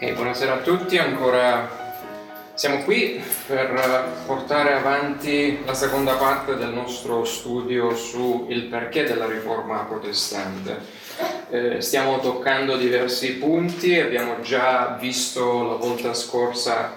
Buonasera a tutti, ancora siamo qui per portare avanti la seconda parte del nostro studio su il perché della riforma protestante. Stiamo toccando diversi punti, abbiamo già visto la volta scorsa,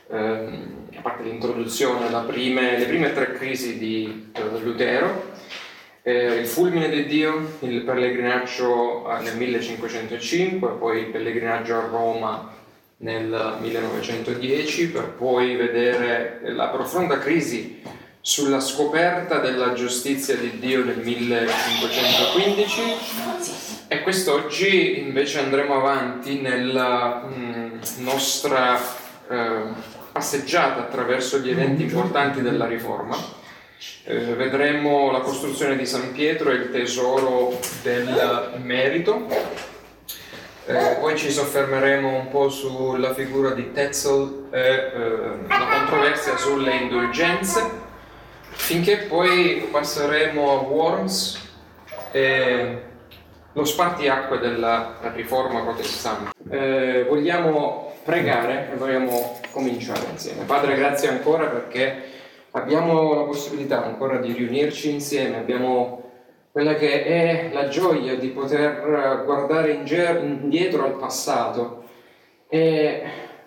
a parte l'introduzione, le prime tre crisi di Lutero, il fulmine di Dio, il pellegrinaggio nel 1505, poi il pellegrinaggio a Roma nel 1910, per poi vedere la profonda crisi sulla scoperta della giustizia di Dio nel 1515, e quest'oggi invece andremo avanti nella nostra passeggiata attraverso gli eventi importanti della Riforma. Vedremo la costruzione di San Pietro e il tesoro del merito. Poi ci soffermeremo un po' sulla figura di Tetzel e la controversia sulle indulgenze, finché poi passeremo a Worms e lo spartiacque della riforma protestante. Vogliamo pregare e vogliamo cominciare insieme. Padre, grazie ancora perché abbiamo la possibilità ancora di riunirci insieme, abbiamo quella che è la gioia di poter guardare indietro al passato e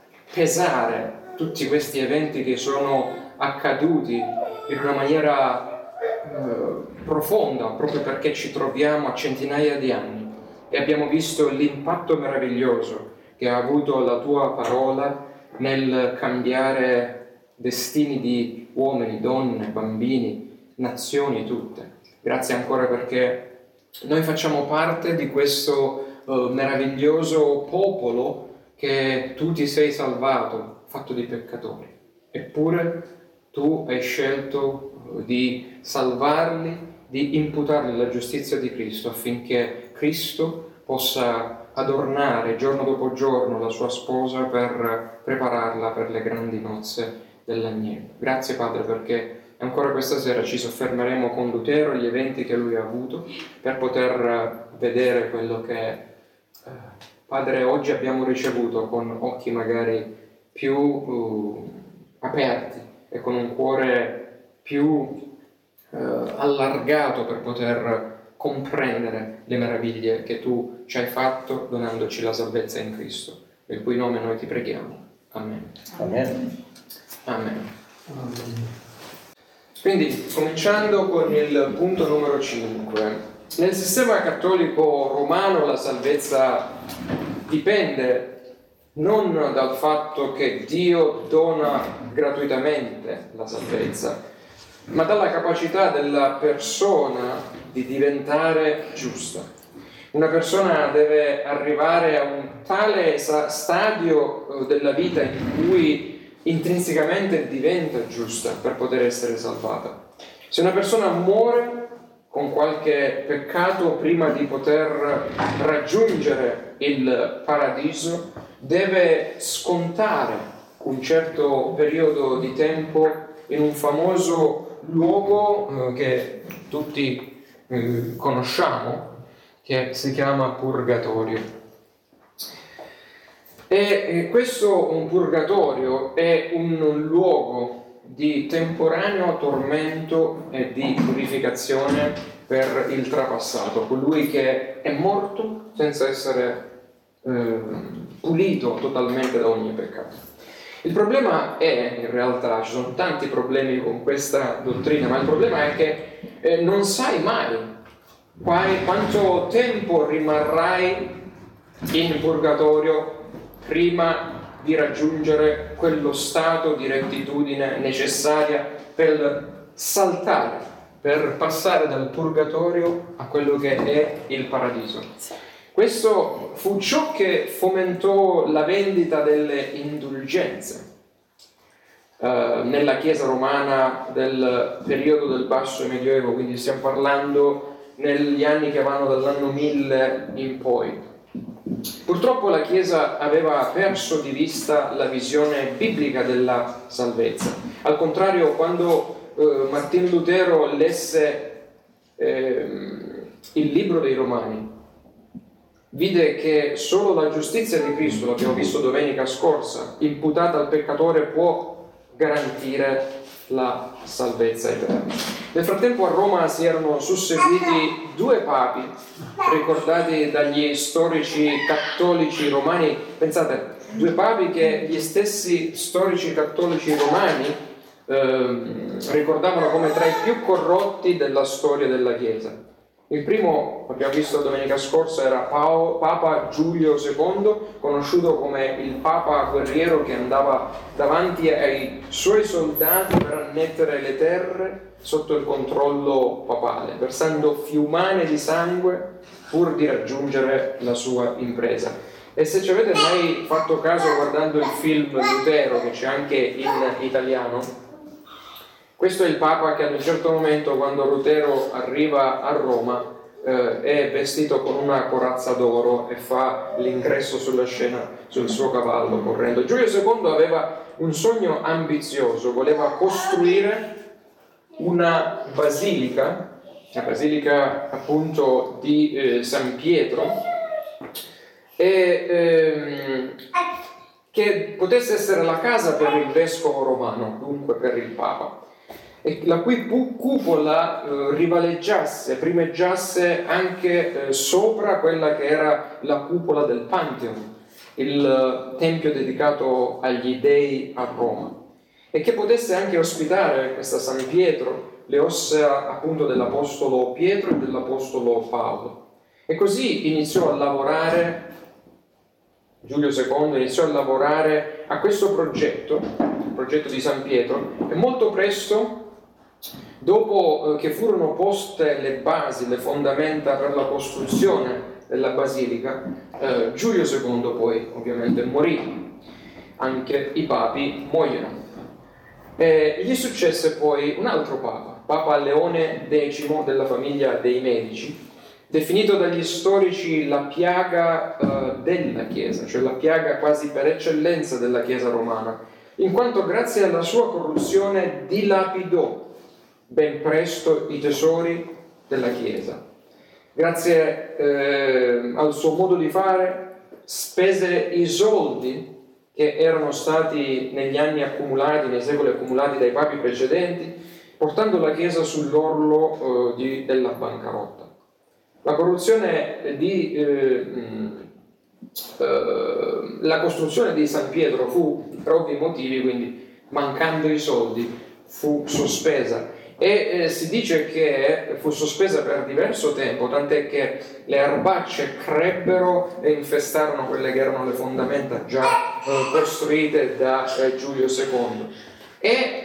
pesare tutti questi eventi che sono accaduti in una maniera profonda, proprio perché ci troviamo a centinaia di anni e abbiamo visto l'impatto meraviglioso che ha avuto la tua parola nel cambiare destini di uomini, donne, bambini, nazioni tutte. Grazie ancora perché noi facciamo parte di questo meraviglioso popolo che tu ti sei salvato, fatto di peccatori. Eppure tu hai scelto di salvarli, di imputarli alla giustizia di Cristo, affinché Cristo possa adornare giorno dopo giorno la sua sposa per prepararla per le grandi nozze dell'agnello. Grazie Padre perché ancora questa sera ci soffermeremo con Lutero, gli eventi che lui ha avuto, per poter vedere quello che Padre oggi abbiamo ricevuto con occhi magari più aperti e con un cuore più allargato per poter comprendere le meraviglie che tu ci hai fatto donandoci la salvezza in Cristo, nel cui nome noi ti preghiamo. Amen. Amen. Amen. Quindi, cominciando con il punto numero 5. Nel sistema cattolico romano la salvezza dipende non dal fatto che Dio dona gratuitamente la salvezza, ma dalla capacità della persona di diventare giusta. Una persona deve arrivare a un tale stadio della vita in cui intrinsecamente diventa giusta per poter essere salvata. Se una persona muore con qualche peccato prima di poter raggiungere il paradiso, deve scontare un certo periodo di tempo in un famoso luogo che tutti conosciamo, che si chiama purgatorio. E questo un purgatorio è un luogo di temporaneo tormento e di purificazione per il trapassato, colui che è morto senza essere pulito totalmente da ogni peccato. Il problema è, in realtà, ci sono tanti problemi con questa dottrina, ma il problema è che non sai mai quanto tempo rimarrai in purgatorio prima di raggiungere quello stato di rettitudine necessaria per saltare, per passare dal purgatorio a quello che è il paradiso. Questo fu ciò che fomentò la vendita delle indulgenze nella Chiesa romana del periodo del Basso Medioevo, quindi stiamo parlando negli anni che vanno dall'anno 1000 in poi. Purtroppo la Chiesa aveva perso di vista la visione biblica della salvezza. Al contrario, quando Martin Lutero lesse il libro dei Romani, vide che solo la giustizia di Cristo, l'abbiamo visto domenica scorsa, imputata al peccatore, può garantire la salvezza eterna. Nel frattempo a Roma si erano susseguiti due papi, ricordati dagli storici cattolici romani. Pensate, due papi che gli stessi storici cattolici romani ricordavano come tra i più corrotti della storia della Chiesa. Il primo, abbiamo visto domenica scorsa, era Papa Giulio II, conosciuto come il Papa guerriero che andava davanti ai suoi soldati per annettere le terre sotto il controllo papale, versando fiumane di sangue pur di raggiungere la sua impresa. E se ci avete mai fatto caso guardando il film Lutero, che c'è anche in italiano, questo è il Papa che ad un certo momento, quando Lutero arriva a Roma, è vestito con una corazza d'oro e fa l'ingresso sulla scena sul suo cavallo correndo. Giulio II aveva un sogno ambizioso, voleva costruire una basilica, la basilica appunto di San Pietro, che potesse essere la casa per il vescovo romano, dunque per il Papa, e la cui cupola rivaleggiasse, primeggiasse anche sopra quella che era la cupola del Pantheon, il tempio dedicato agli dei a Roma, e che potesse anche ospitare, questa San Pietro, le ossa appunto dell'Apostolo Pietro e dell'Apostolo Paolo. E così iniziò a lavorare, Giulio II iniziò a lavorare a questo progetto, il progetto di San Pietro, e molto presto, dopo che furono poste le basi, le fondamenta per la costruzione della basilica, Giulio II poi ovviamente morì, anche i papi muoiono. Gli successe poi un altro papa, Papa Leone X della famiglia dei Medici, definito dagli storici la piaga della Chiesa, cioè la piaga quasi per eccellenza della Chiesa romana, in quanto grazie alla sua corruzione dilapidò ben presto i tesori della Chiesa. Grazie al suo modo di fare, spese i soldi che erano stati negli anni accumulati, nei secoli accumulati dai papi precedenti, portando la Chiesa sull'orlo della bancarotta. La corruzione la costruzione di San Pietro fu, per ovvi motivi, quindi mancando i soldi, fu sospesa. E si dice che fu sospesa per diverso tempo, tant'è che le erbacce crebbero e infestarono quelle che erano le fondamenta già costruite da Giulio II. E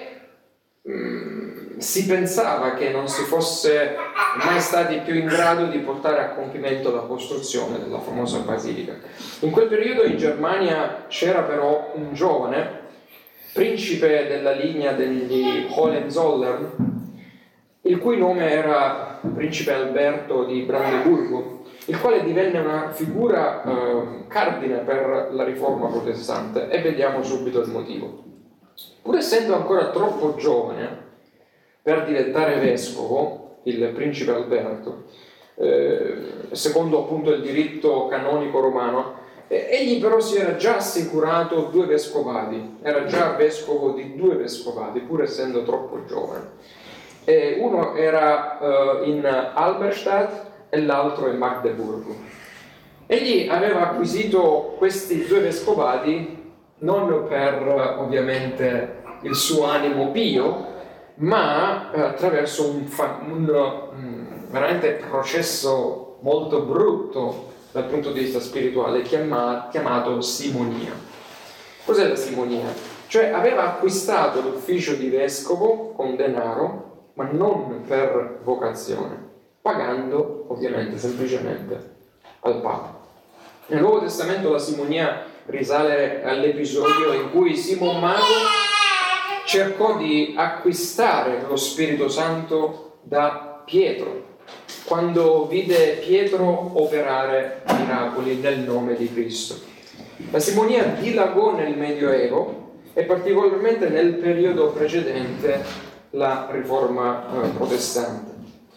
si pensava che non si fosse mai stati più in grado di portare a compimento la costruzione della famosa basilica. In quel periodo in Germania c'era però un giovane, principe della linea degli Hohenzollern, il cui nome era principe Alberto di Brandeburgo, il quale divenne una figura cardine per la riforma protestante, e vediamo subito il motivo. Pur essendo ancora troppo giovane per diventare vescovo, il principe Alberto, secondo appunto il diritto canonico romano, egli però si era già assicurato 2 vescovadi, era già vescovo di 2 vescovadi, pur essendo troppo giovane. Uno era in Halberstadt e l'altro in Magdeburgo. Egli aveva acquisito questi 2 vescovadi non per ovviamente il suo animo pio, ma attraverso un veramente processo molto brutto dal punto di vista spirituale, chiamato simonia. Cos'è la simonia? Cioè aveva acquistato l'ufficio di vescovo con denaro, ma non per vocazione, pagando ovviamente semplicemente al Papa. Nel Nuovo Testamento la simonia risale all'episodio in cui Simon Mago cercò di acquistare lo Spirito Santo da Pietro, quando vide Pietro operare miracoli nel nome di Cristo. La simonia dilagò nel Medioevo e particolarmente nel periodo precedente la riforma protestante.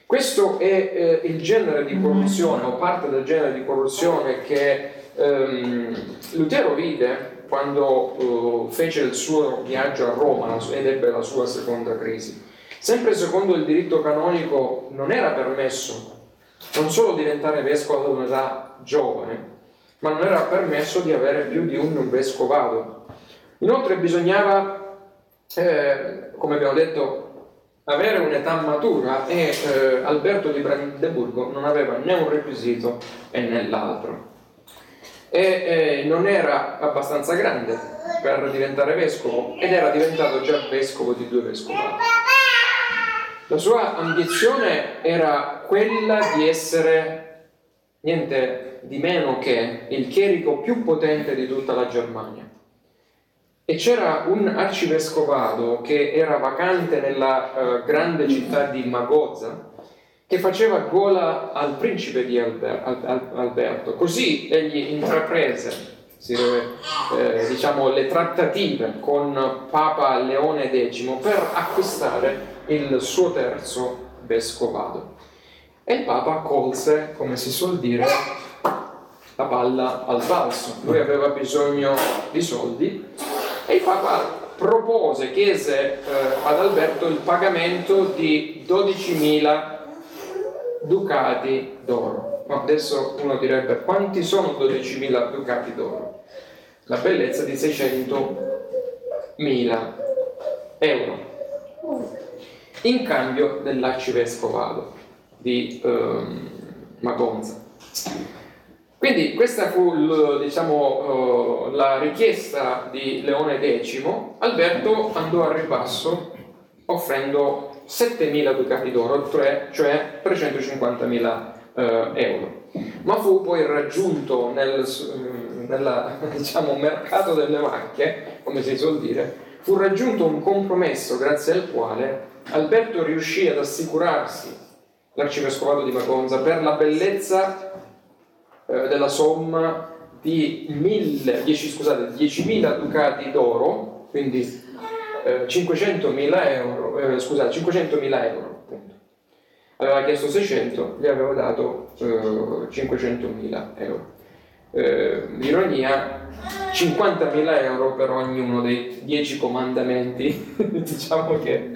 Questo è il genere di corruzione, o parte del genere di corruzione che Lutero vide quando fece il suo viaggio a Roma ed ebbe la sua seconda crisi. Sempre secondo il diritto canonico non era permesso non solo diventare vescovo ad un'età giovane, ma non era permesso di avere più di un vescovado. Inoltre bisognava, come abbiamo detto, avere un'età matura e Alberto di Brandeburgo non aveva né un requisito né l'altro. E non era abbastanza grande per diventare vescovo ed era diventato già vescovo di 2 vescovadi. La sua ambizione era quella di essere niente di meno che il chierico più potente di tutta la Germania. E c'era un arcivescovado che era vacante nella grande città di Magozza, che faceva gola al principe di Alberto. Così egli intraprese le trattative con Papa Leone X per acquistare il suo terzo vescovado. E il Papa colse, come si suol dire, la palla al balzo. Lui aveva bisogno di soldi e il Papa chiese ad Alberto il pagamento di 12.000 ducati d'oro. Ma adesso uno direbbe: quanti sono 12.000 ducati d'oro? La bellezza di 600.000 euro in cambio dell'arcivescovado di Magonza. Quindi questa fu la richiesta di Leone X. Alberto andò al ribasso offrendo 7.000 ducati d'oro, cioè 350.000 euro. Ma fu poi raggiunto nel mercato delle vacche, come si suol dire, fu raggiunto un compromesso grazie al quale Alberto riuscì ad assicurarsi l'arcivescovato di Magonza per la bellezza della somma di 10.000 ducati d'oro, quindi 500.000 euro, 500.000 euro. Appunto. Aveva chiesto 600, gli aveva dato 500.000 euro. L'ironia, 50.000 euro per ognuno dei 10 comandamenti, diciamo che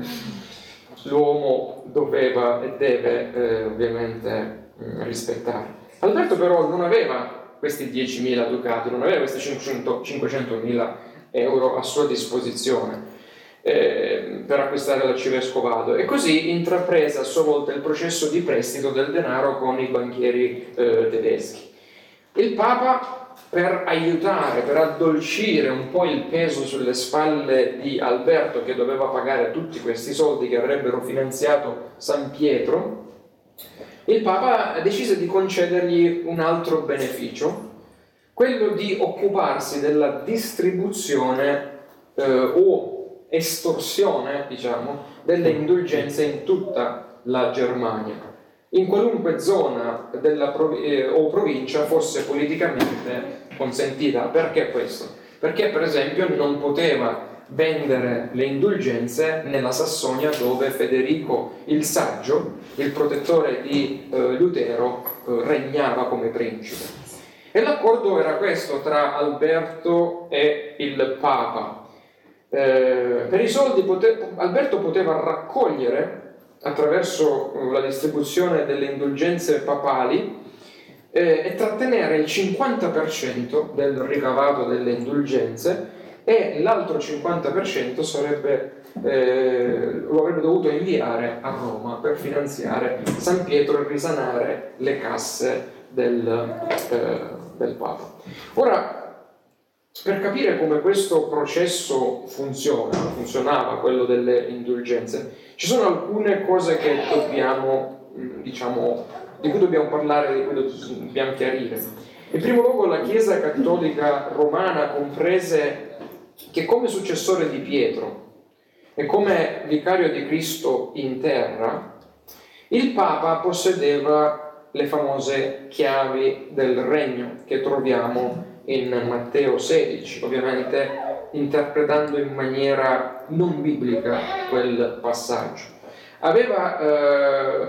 l'uomo doveva e deve ovviamente rispettare. Alberto però non aveva questi 10.000 ducati, non aveva questi 500.000 euro a sua disposizione per acquistare l'arcivescovado, e così intraprese a sua volta il processo di prestito del denaro con i banchieri tedeschi. Il Papa, per aiutare, per addolcire un po' il peso sulle spalle di Alberto, che doveva pagare tutti questi soldi che avrebbero finanziato San Pietro, il Papa decise di concedergli un altro beneficio, quello di occuparsi della distribuzione o estorsione, delle indulgenze in tutta la Germania, in qualunque zona o provincia fosse politicamente consentita. Perché questo? Perché per esempio non poteva vendere le indulgenze nella Sassonia, dove Federico il Saggio, il protettore di Lutero, regnava come principe. E l'accordo era questo tra Alberto e il Papa. Per i soldi Alberto poteva raccogliere, attraverso la distribuzione delle indulgenze papali, e trattenere il 50% del ricavato delle indulgenze, e l'altro 50% lo avrebbe dovuto inviare a Roma per finanziare San Pietro e risanare le casse del Papa. Ora, per capire come questo processo funzionava, quello delle indulgenze, ci sono alcune cose che di cui dobbiamo parlare, di cui dobbiamo chiarire. In primo luogo, la Chiesa Cattolica Romana comprese che come successore di Pietro e come vicario di Cristo in terra, il Papa possedeva le famose chiavi del regno che troviamo in Matteo 16, ovviamente interpretando in maniera non biblica quel passaggio. Aveva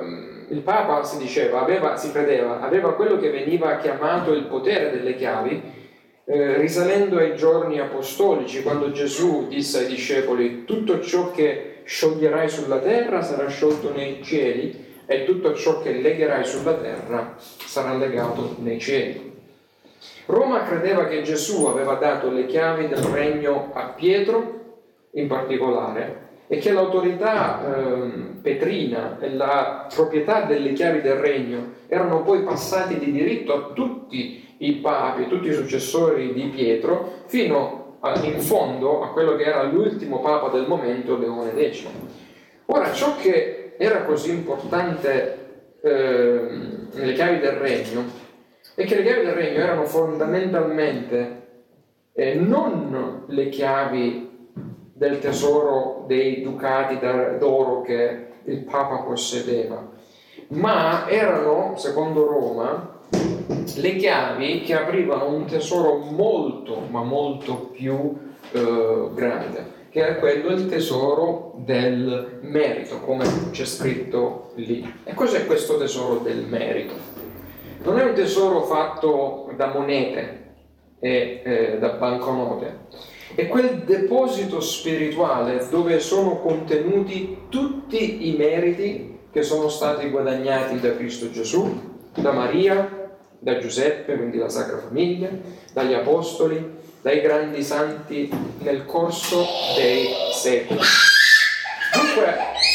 il Papa, si diceva, si credeva, aveva quello che veniva chiamato il potere delle chiavi, risalendo ai giorni apostolici, quando Gesù disse ai discepoli: tutto ciò che scioglierai sulla terra sarà sciolto nei cieli, e tutto ciò che legherai sulla terra sarà legato nei cieli. Roma credeva che Gesù aveva dato le chiavi del regno a Pietro in particolare, e che l'autorità petrina e la proprietà delle chiavi del regno erano poi passati di diritto a tutti i papi, tutti i successori di Pietro, fino in fondo a quello che era l'ultimo papa del momento, Leone X. Ora, ciò che era così importante nelle chiavi del regno è che le chiavi del regno erano fondamentalmente non le chiavi del tesoro dei ducati d'oro che il Papa possedeva, ma erano, secondo Roma, le chiavi che aprivano un tesoro molto, ma molto più grande, che era quello il tesoro del merito, come c'è scritto lì. E cos'è questo tesoro del merito? Non è un tesoro fatto da monete e da banconote, è quel deposito spirituale dove sono contenuti tutti i meriti che sono stati guadagnati da Cristo Gesù, da Maria, da Giuseppe, quindi la Sacra Famiglia, dagli Apostoli, dai grandi santi nel corso dei secoli. Dunque,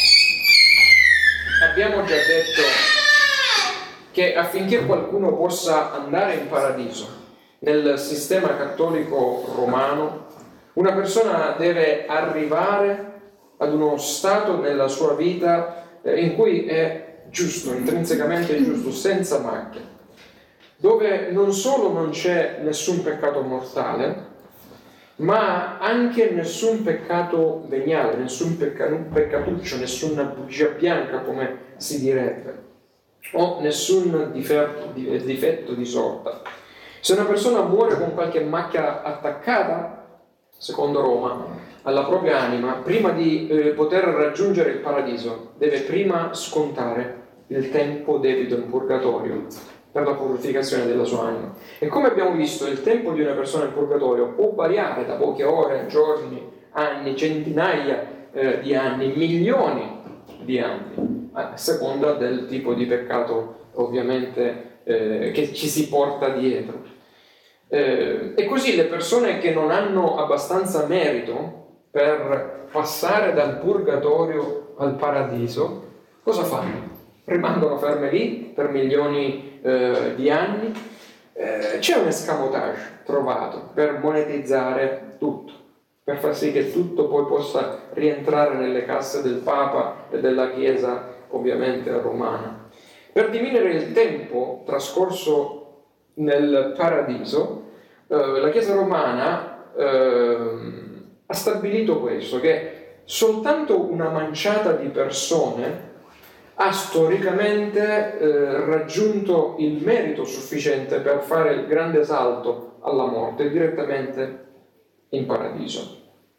abbiamo già detto che affinché qualcuno possa andare in paradiso nel sistema cattolico romano, una persona deve arrivare ad uno stato nella sua vita in cui è giusto, intrinsecamente giusto, senza macchia, dove non solo non c'è nessun peccato mortale, ma anche nessun peccato veniale, nessun peccatuccio, nessuna bugia bianca, come si direbbe, o nessun difetto di sorta. Se una persona muore con qualche macchia attaccata, secondo Roma, alla propria anima, prima di poter raggiungere il paradiso, deve prima scontare il tempo debito in purgatorio per la purificazione della sua anima. E come abbiamo visto, il tempo di una persona in purgatorio può variare da poche ore, giorni, anni, centinaia di anni, milioni di anni, a seconda del tipo di peccato ovviamente che ci si porta dietro. E così le persone che non hanno abbastanza merito per passare dal purgatorio al paradiso, cosa fanno? Rimangono ferme lì per milioni di anni. C'è un escamotage trovato per monetizzare tutto, per far sì che tutto poi possa rientrare nelle casse del Papa e della Chiesa ovviamente romana. Per diminuire il tempo trascorso nel paradiso, la Chiesa romana ha stabilito questo, che soltanto una manciata di persone ha storicamente raggiunto il merito sufficiente per fare il grande salto alla morte direttamente in paradiso.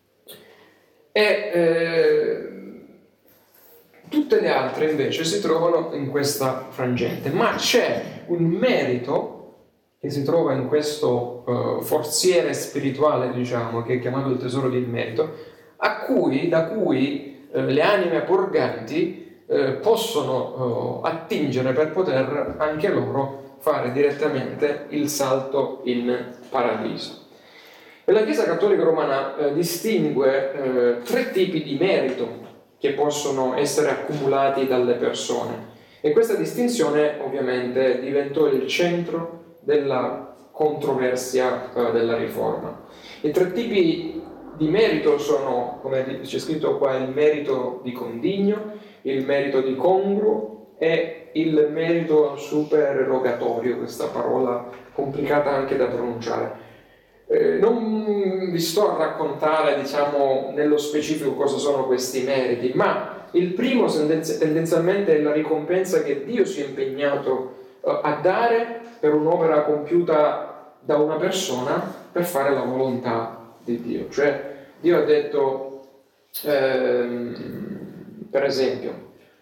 E tutte le altre invece si trovano in questa frangente, ma c'è un merito che si trova in questo forziere spirituale, diciamo, che è chiamato il tesoro del merito, da cui le anime purganti possono attingere per poter anche loro fare direttamente il salto in paradiso. E la Chiesa Cattolica Romana distingue tre tipi di merito che possono essere accumulati dalle persone, e questa distinzione ovviamente diventò il centro della controversia della Riforma. I tre tipi di merito sono, come c'è scritto qua, il merito di condigno, il merito di congruo e il merito supererogatorio, questa parola complicata anche da pronunciare. Non vi sto a raccontare, diciamo, nello specifico cosa sono questi meriti, ma il primo tendenzialmente è la ricompensa che Dio si è impegnato a dare per un'opera compiuta da una persona per fare la volontà di Dio. Cioè, Dio ha detto, per esempio,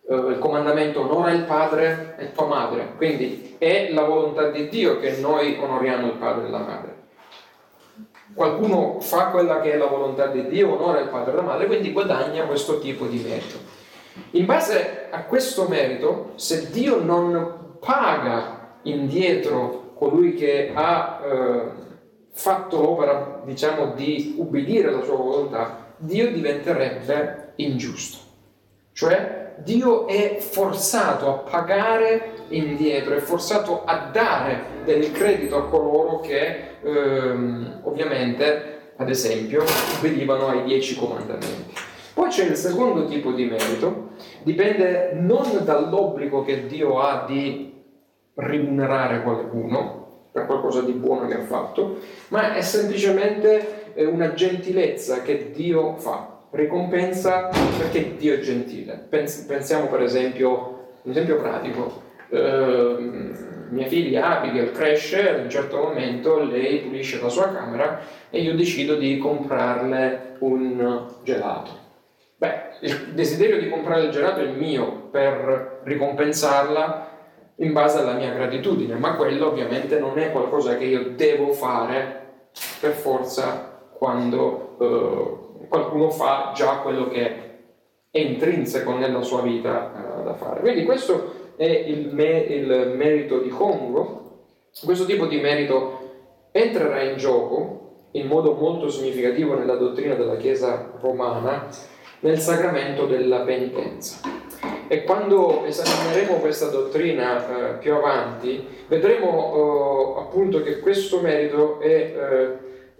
il comandamento onora il padre e tua madre, quindi è la volontà di Dio che noi onoriamo il padre e la madre. Qualcuno fa quella che è la volontà di Dio, onora il padre e la madre, quindi guadagna questo tipo di merito. In base a questo merito, se Dio non paga indietro colui che ha fatto l'opera, diciamo, di ubbidire alla sua volontà, Dio diventerebbe ingiusto. Cioè Dio è forzato a pagare indietro, è forzato a dare del credito a coloro che ovviamente, ad esempio, ubbidivano ai 10 comandamenti. Poi c'è il secondo tipo di merito, dipende non dall'obbligo che Dio ha di rimunerare qualcuno per qualcosa di buono che ha fatto, ma è semplicemente una gentilezza che Dio fa, ricompensa perché Dio è gentile. Pensiamo per esempio, un esempio pratico, mia figlia Abigail cresce, ad un certo momento lei pulisce la sua camera e io decido di comprarle un gelato. Beh, il desiderio di comprare il gelato è il mio per ricompensarla in base alla mia gratitudine, ma quello ovviamente non è qualcosa che io devo fare per forza quando qualcuno fa già quello che è intrinseco nella sua vita da fare. Quindi questo è il merito di congruo. Questo tipo di merito entrerà in gioco in modo molto significativo nella dottrina della Chiesa romana nel sacramento della penitenza. E quando esamineremo questa dottrina più avanti, vedremo appunto che questo merito è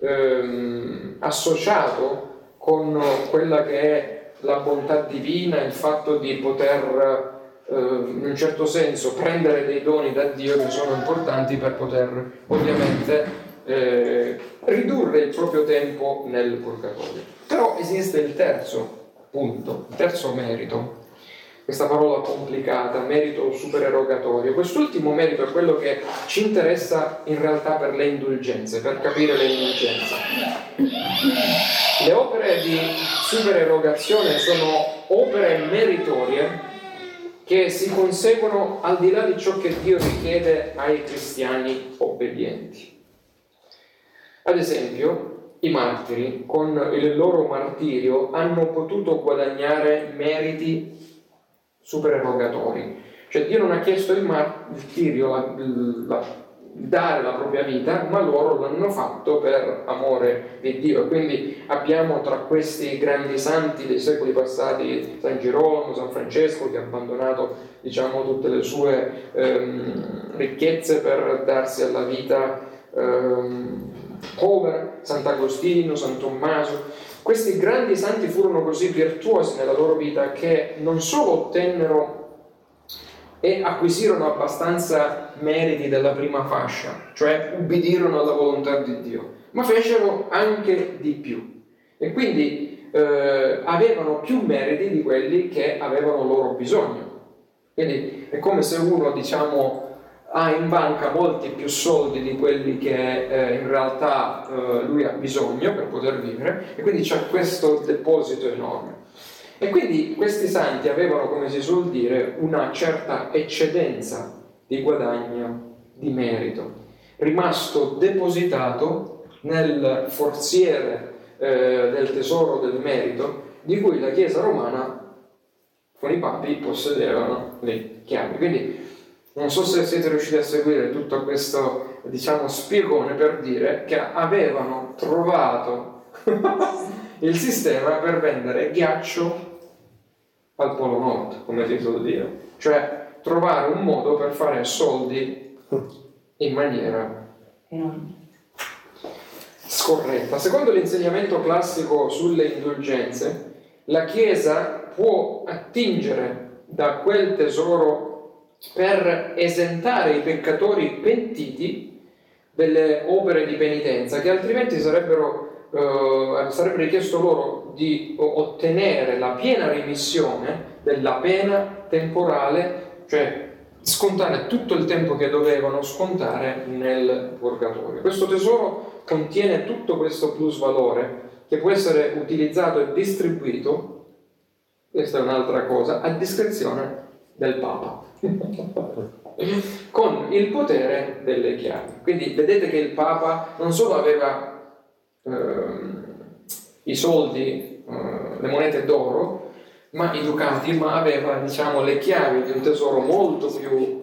associato con quella che è la bontà divina, il fatto di poter in un certo senso prendere dei doni da Dio che sono importanti per poter ovviamente ridurre il proprio tempo nel purgatorio. Però esiste il terzo punto, il terzo merito, questa parola complicata, merito supererogatorio. Quest'ultimo merito è quello che ci interessa in realtà per le indulgenze, per capire le indulgenze. Le opere di supererogazione sono opere meritorie che si conseguono al di là di ciò che Dio richiede ai cristiani obbedienti. Ad esempio, i martiri, con il loro martirio, hanno potuto guadagnare meriti supererogatori. Cioè Dio non ha chiesto il martirio, dare la propria vita, ma loro l'hanno fatto per amore di Dio. E quindi abbiamo tra questi grandi santi dei secoli passati San Girolamo, San Francesco, che ha abbandonato, diciamo, tutte le sue ricchezze per darsi alla vita povera, Sant'Agostino, San Tommaso. Questi grandi santi furono così virtuosi nella loro vita che non solo ottennero e acquisirono abbastanza meriti della prima fascia, cioè ubbidirono alla volontà di Dio, ma fecero anche di più. E quindi avevano più meriti di quelli che avevano loro bisogno. Quindi è come se uno, diciamo, ha in banca molti più soldi di quelli che in realtà lui ha bisogno per poter vivere, e quindi c'è questo deposito enorme. E quindi questi santi avevano, come si suol dire, una certa eccedenza di guadagno, di merito, rimasto depositato nel forziere del tesoro del merito, di cui la Chiesa romana con i papi possedevano le chiavi. Quindi non so se siete riusciti a seguire tutto questo, diciamo, spiegone per dire che avevano trovato il sistema per vendere ghiaccio al Polo Nord, come si suol dire, cioè trovare un modo per fare soldi in maniera scorretta. Secondo l'insegnamento classico sulle indulgenze, la Chiesa può attingere da quel tesoro per esentare i peccatori pentiti delle opere di penitenza che altrimenti sarebbe richiesto loro di ottenere la piena rimissione della pena temporale, cioè scontare tutto il tempo che dovevano scontare nel purgatorio. Questo tesoro contiene tutto questo plusvalore che può essere utilizzato e distribuito questa è un'altra cosa, a discrezione del Papa, con il potere delle chiavi. Quindi vedete che il Papa non solo aveva i soldi, le monete d'oro, ma i ducati, ma aveva, diciamo, le chiavi di un tesoro molto più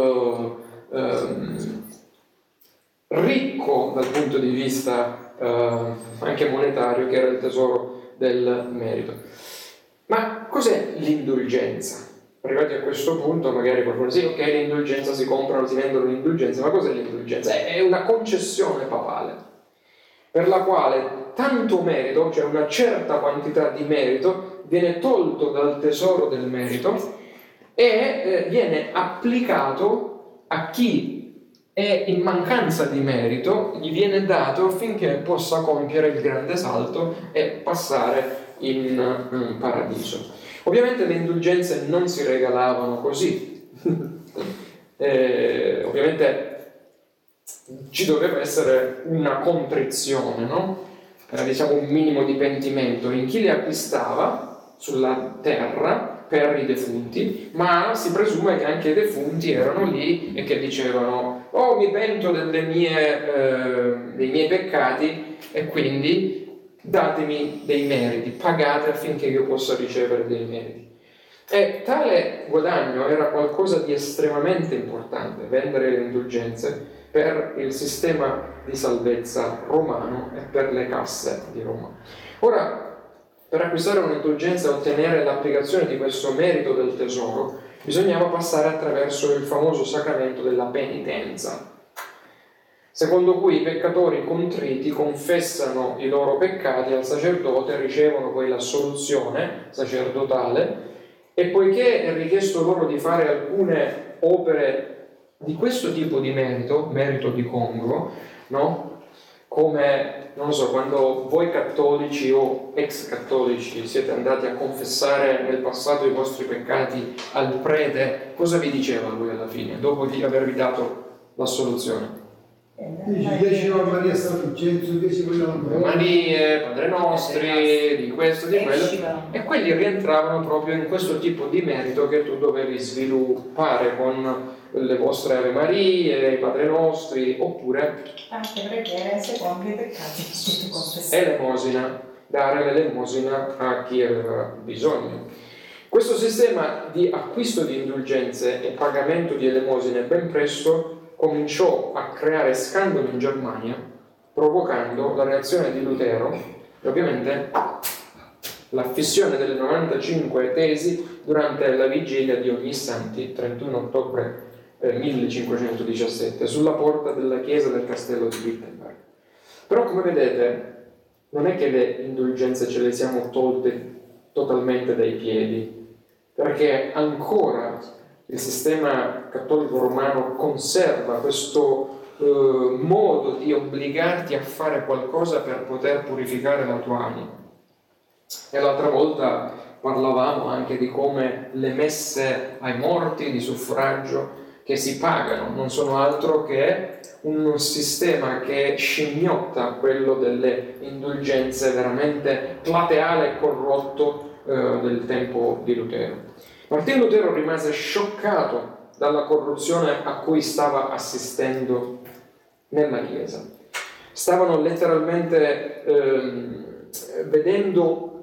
ricco dal punto di vista anche monetario, che era il tesoro del merito. Ma cos'è l'indulgenza? Arrivati a questo punto magari qualcuno dice ok, l'indulgenza si comprano, si vendono l'indulgenza, ma cos'è l'indulgenza? È una concessione papale per la quale tanto merito, cioè una certa quantità di merito, viene tolto dal tesoro del merito e viene applicato a chi è in mancanza di merito, gli viene dato affinché possa compiere il grande salto e passare in paradiso. Ovviamente le indulgenze non si regalavano così. Ovviamente ci doveva essere una contrizione, no? Diciamo un minimo di pentimento in chi le acquistava sulla terra per i defunti, ma si presume che anche i defunti erano lì e che dicevano oh, mi pento dei miei peccati e quindi datemi dei meriti, pagate affinché io possa ricevere dei meriti. E tale guadagno era qualcosa di estremamente importante, vendere le indulgenze, per il sistema di salvezza romano e per le casse di Roma. Ora, per acquistare un'indulgenza e ottenere l'applicazione di questo merito del tesoro, bisognava passare attraverso il famoso sacramento della penitenza, secondo cui i peccatori contriti confessano i loro peccati al sacerdote e ricevono poi l'assoluzione sacerdotale, e poiché è richiesto loro di fare alcune opere di questo tipo di merito di congruo, no? Come, non lo so, quando voi cattolici o ex cattolici siete andati a confessare nel passato i vostri peccati al prete, cosa vi diceva lui alla fine, dopo di avervi dato l'assoluzione? Dici Maria Sant'Incenso, Marie, Padre Nostri, di questo, di quello, e quelli rientravano proprio in questo tipo di merito che tu dovevi sviluppare con le vostre Ave Marie, i Padre Nostri, oppure tante preghiere secondo i peccati che tu confessati. Elemosina, dare l'elemosina a chi aveva bisogno. Questo sistema di acquisto di indulgenze e pagamento di elemosine ben presto cominciò a creare scandalo in Germania, provocando la reazione di Lutero e ovviamente l'affissione delle 95 tesi durante la vigilia di Ognissanti, 31 ottobre 1517, sulla porta della chiesa del castello di Wittenberg. Però, come vedete, non è che le indulgenze ce le siamo tolte totalmente dai piedi, perché ancora il sistema cattolico romano conserva questo modo di obbligarti a fare qualcosa per poter purificare la tua anima. E l'altra volta parlavamo anche di come le messe ai morti di suffragio che si pagano non sono altro che un sistema che scimmiotta quello delle indulgenze veramente plateale e corrotto del tempo di Lutero. Martino Lutero rimase scioccato dalla corruzione a cui stava assistendo nella Chiesa. Stavano letteralmente vendendo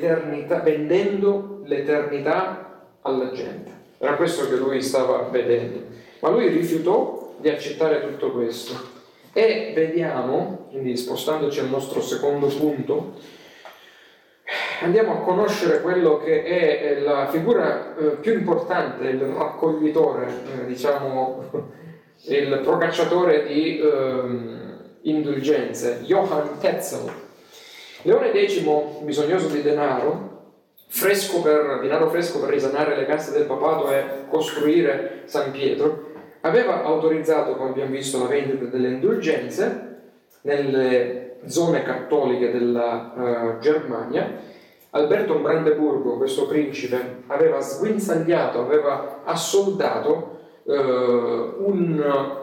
l'eternità alla gente. Era questo che lui stava vedendo. Ma lui rifiutò di accettare tutto questo. E vediamo, quindi spostandoci al nostro secondo punto, andiamo a conoscere quello che è la figura più importante, il raccoglitore, diciamo, il procacciatore di indulgenze, Johann Tetzel. Leone X, bisognoso di denaro fresco per risanare le casse del papato e costruire San Pietro, aveva autorizzato, come abbiamo visto, la vendita delle indulgenze nelle zone cattoliche della Germania. Alberto Brandeburgo, questo principe, aveva sguinzagliato, aveva assoldato un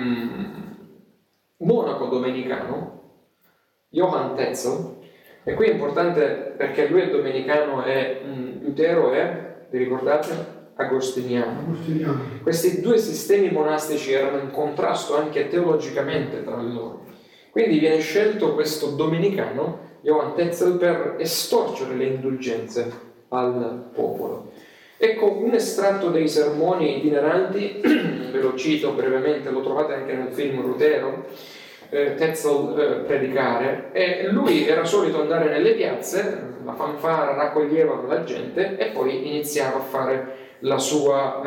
monaco domenicano, Johann Tetzel, e qui è importante perché lui è domenicano e Lutero e, vi ricordate? Agostiniano. Agostiniano. Questi due sistemi monastici erano in contrasto anche teologicamente tra loro. Quindi viene scelto questo domenicano, Johann Tetzel, per estorcere le indulgenze al popolo. Ecco un estratto dei sermoni itineranti, ve lo cito brevemente, lo trovate anche nel film Lutero, Tetzel predicare, e lui era solito andare nelle piazze, la fanfara raccoglieva la gente e poi iniziava a fare la sua,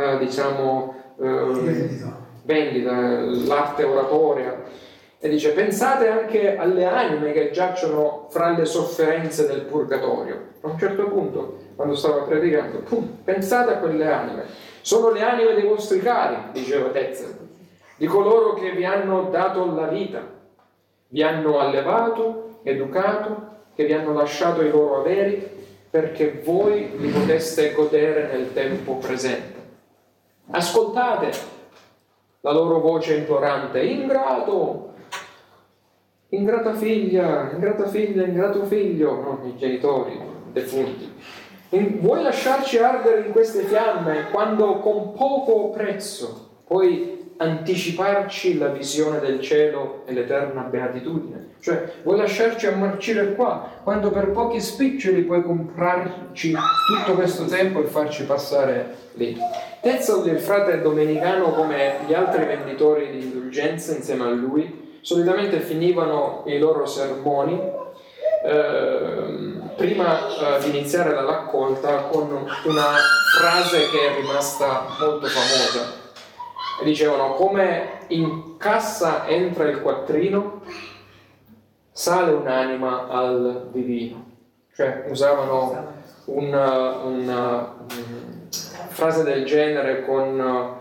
vendita, l'arte oratoria, e dice: pensate anche alle anime che giacciono fra le sofferenze del purgatorio. A un certo punto, quando stava predicando, pensate a quelle anime, sono le anime dei vostri cari, diceva Tetzel, di coloro che vi hanno dato la vita, vi hanno allevato, educato, che vi hanno lasciato i loro averi perché voi li poteste godere nel tempo presente. Ascoltate la loro voce implorante: ingrato, ingrata figlia, ingrato figlio, non i genitori defunti. Vuoi lasciarci ardere in queste fiamme quando con poco prezzo puoi anticiparci la visione del cielo e l'eterna beatitudine? Cioè, vuoi lasciarci ammarcire qua quando per pochi spiccioli puoi comprarci tutto questo tempo e farci passare lì? Tetzel, il frate domenicano, come gli altri venditori di indulgenze insieme a lui, solitamente finivano i loro sermoni prima di iniziare la raccolta con una frase che è rimasta molto famosa. E dicevano: come in cassa entra il quattrino, sale un'anima al divino. Cioè usavano una frase del genere con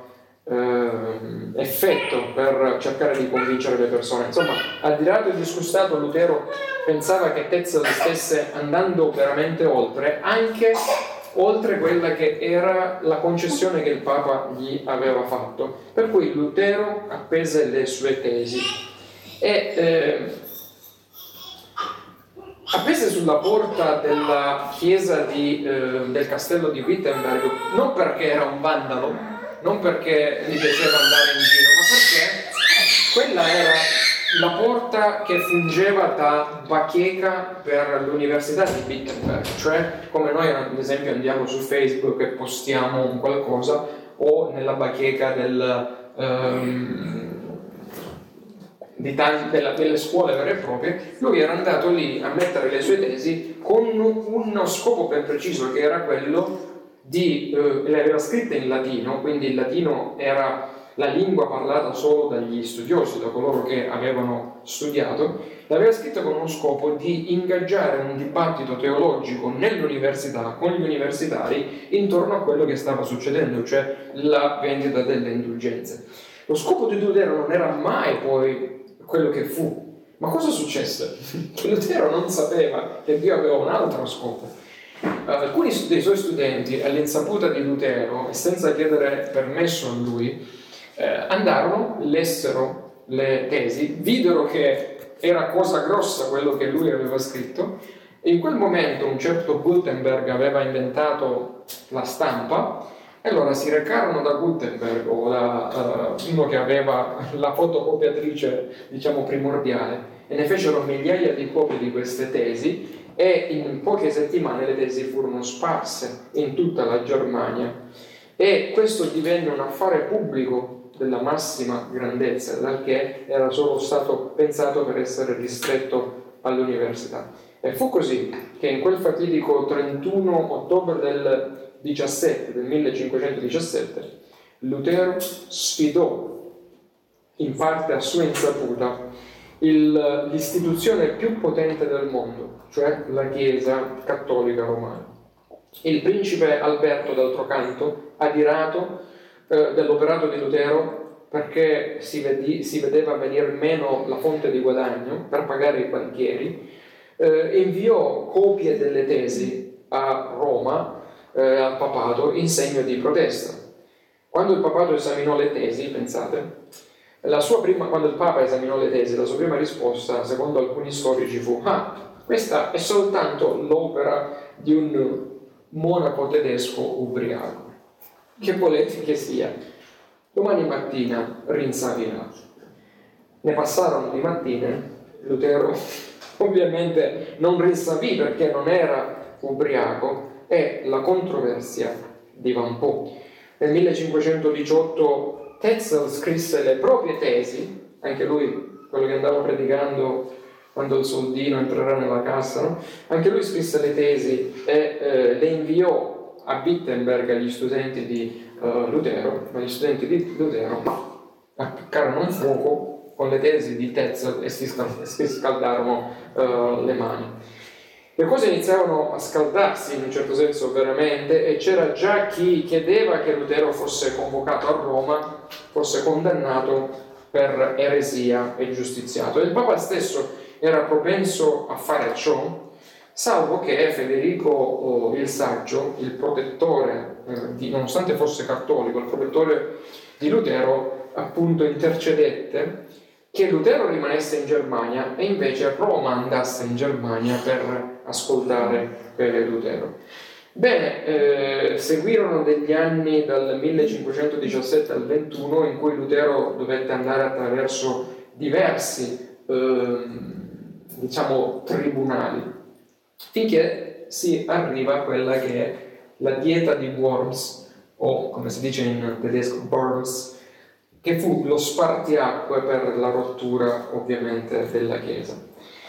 effetto per cercare di convincere le persone. Insomma, addirato e disgustato, Lutero pensava che Tetzel stesse andando veramente oltre, anche oltre quella che era la concessione che il Papa gli aveva fatto. Per cui Lutero appese le sue tesi e appese sulla porta della chiesa del castello di Wittenberg, non perché era un vandalo, non perché gli piaceva andare in giro, ma perché quella era la porta che fungeva da bacheca per l'università di Wittenberg. Cioè, come noi ad esempio andiamo su Facebook e postiamo un qualcosa, o nella bacheca delle scuole vere e proprie, lui era andato lì a mettere le sue tesi con uno scopo ben preciso, che era quello le aveva scritte in latino, quindi il latino era la lingua parlata solo dagli studiosi, da coloro che avevano studiato. L'aveva scritta con uno scopo di ingaggiare un dibattito teologico nell'università, con gli universitari, intorno a quello che stava succedendo, cioè la vendita delle indulgenze. Lo scopo di Lutero non era mai poi quello che fu. Ma cosa successe? Che Lutero non sapeva che Dio aveva un altro scopo. Alcuni dei suoi studenti, all'insaputa di Lutero e senza chiedere permesso a lui, andarono, lessero le tesi, videro che era cosa grossa quello che lui aveva scritto, e in quel momento un certo Gutenberg aveva inventato la stampa, e allora si recarono da Gutenberg, o da uno che aveva la fotocopiatrice, diciamo, primordiale, e ne fecero migliaia di copie di queste tesi, e in poche settimane le tesi furono sparse in tutta la Germania, e questo divenne un affare pubblico della massima grandezza, dal che era solo stato pensato per essere ristretto all'università. E fu così che in quel fatidico 31 ottobre del 1517, Lutero sfidò, in parte a sua insaputa, l'istituzione più potente del mondo, cioè la Chiesa cattolica romana. Il principe Alberto, d'altro canto, adirato dell'operato di Lutero, perché si vedeva venir meno la fonte di guadagno per pagare i banchieri, inviò copie delle tesi a Roma, al papato, in segno di protesta. Quando il papato esaminò le tesi, pensate, quando il Papa esaminò le tesi, la sua prima risposta, secondo alcuni storici, fu: questa è soltanto l'opera di un monaco tedesco ubriaco. Che volete che sia? Domani mattina rinsavirà. Ne passarono di mattine, Lutero ovviamente non rinsavì perché non era ubriaco e la controversia divampò. Nel 1518 Tetzel scrisse le proprie tesi, anche lui, quello che andava predicando quando il soldino entrerà nella cassa, no? Anche lui scrisse le tesi e le inviò a Wittenberg agli studenti di Lutero, ma gli studenti di Lutero appiccarono un fuoco con le tesi di Tetzel e si scaldarono le mani. Le cose iniziavano a scaldarsi in un certo senso veramente, e c'era già chi chiedeva che Lutero fosse convocato a Roma, fosse condannato per eresia e giustiziato. E il Papa stesso era propenso a fare ciò, salvo che Federico il Saggio, il protettore, nonostante fosse cattolico, il protettore di Lutero, appunto intercedette che Lutero rimanesse in Germania e invece Roma andasse in Germania per ascoltare Lutero. Bene, seguirono degli anni dal 1517 al 21 in cui Lutero dovette andare attraverso diversi tribunali, finché si arriva a quella che è la dieta di Worms, o come si dice in tedesco Worms, che fu lo spartiacque per la rottura ovviamente della Chiesa.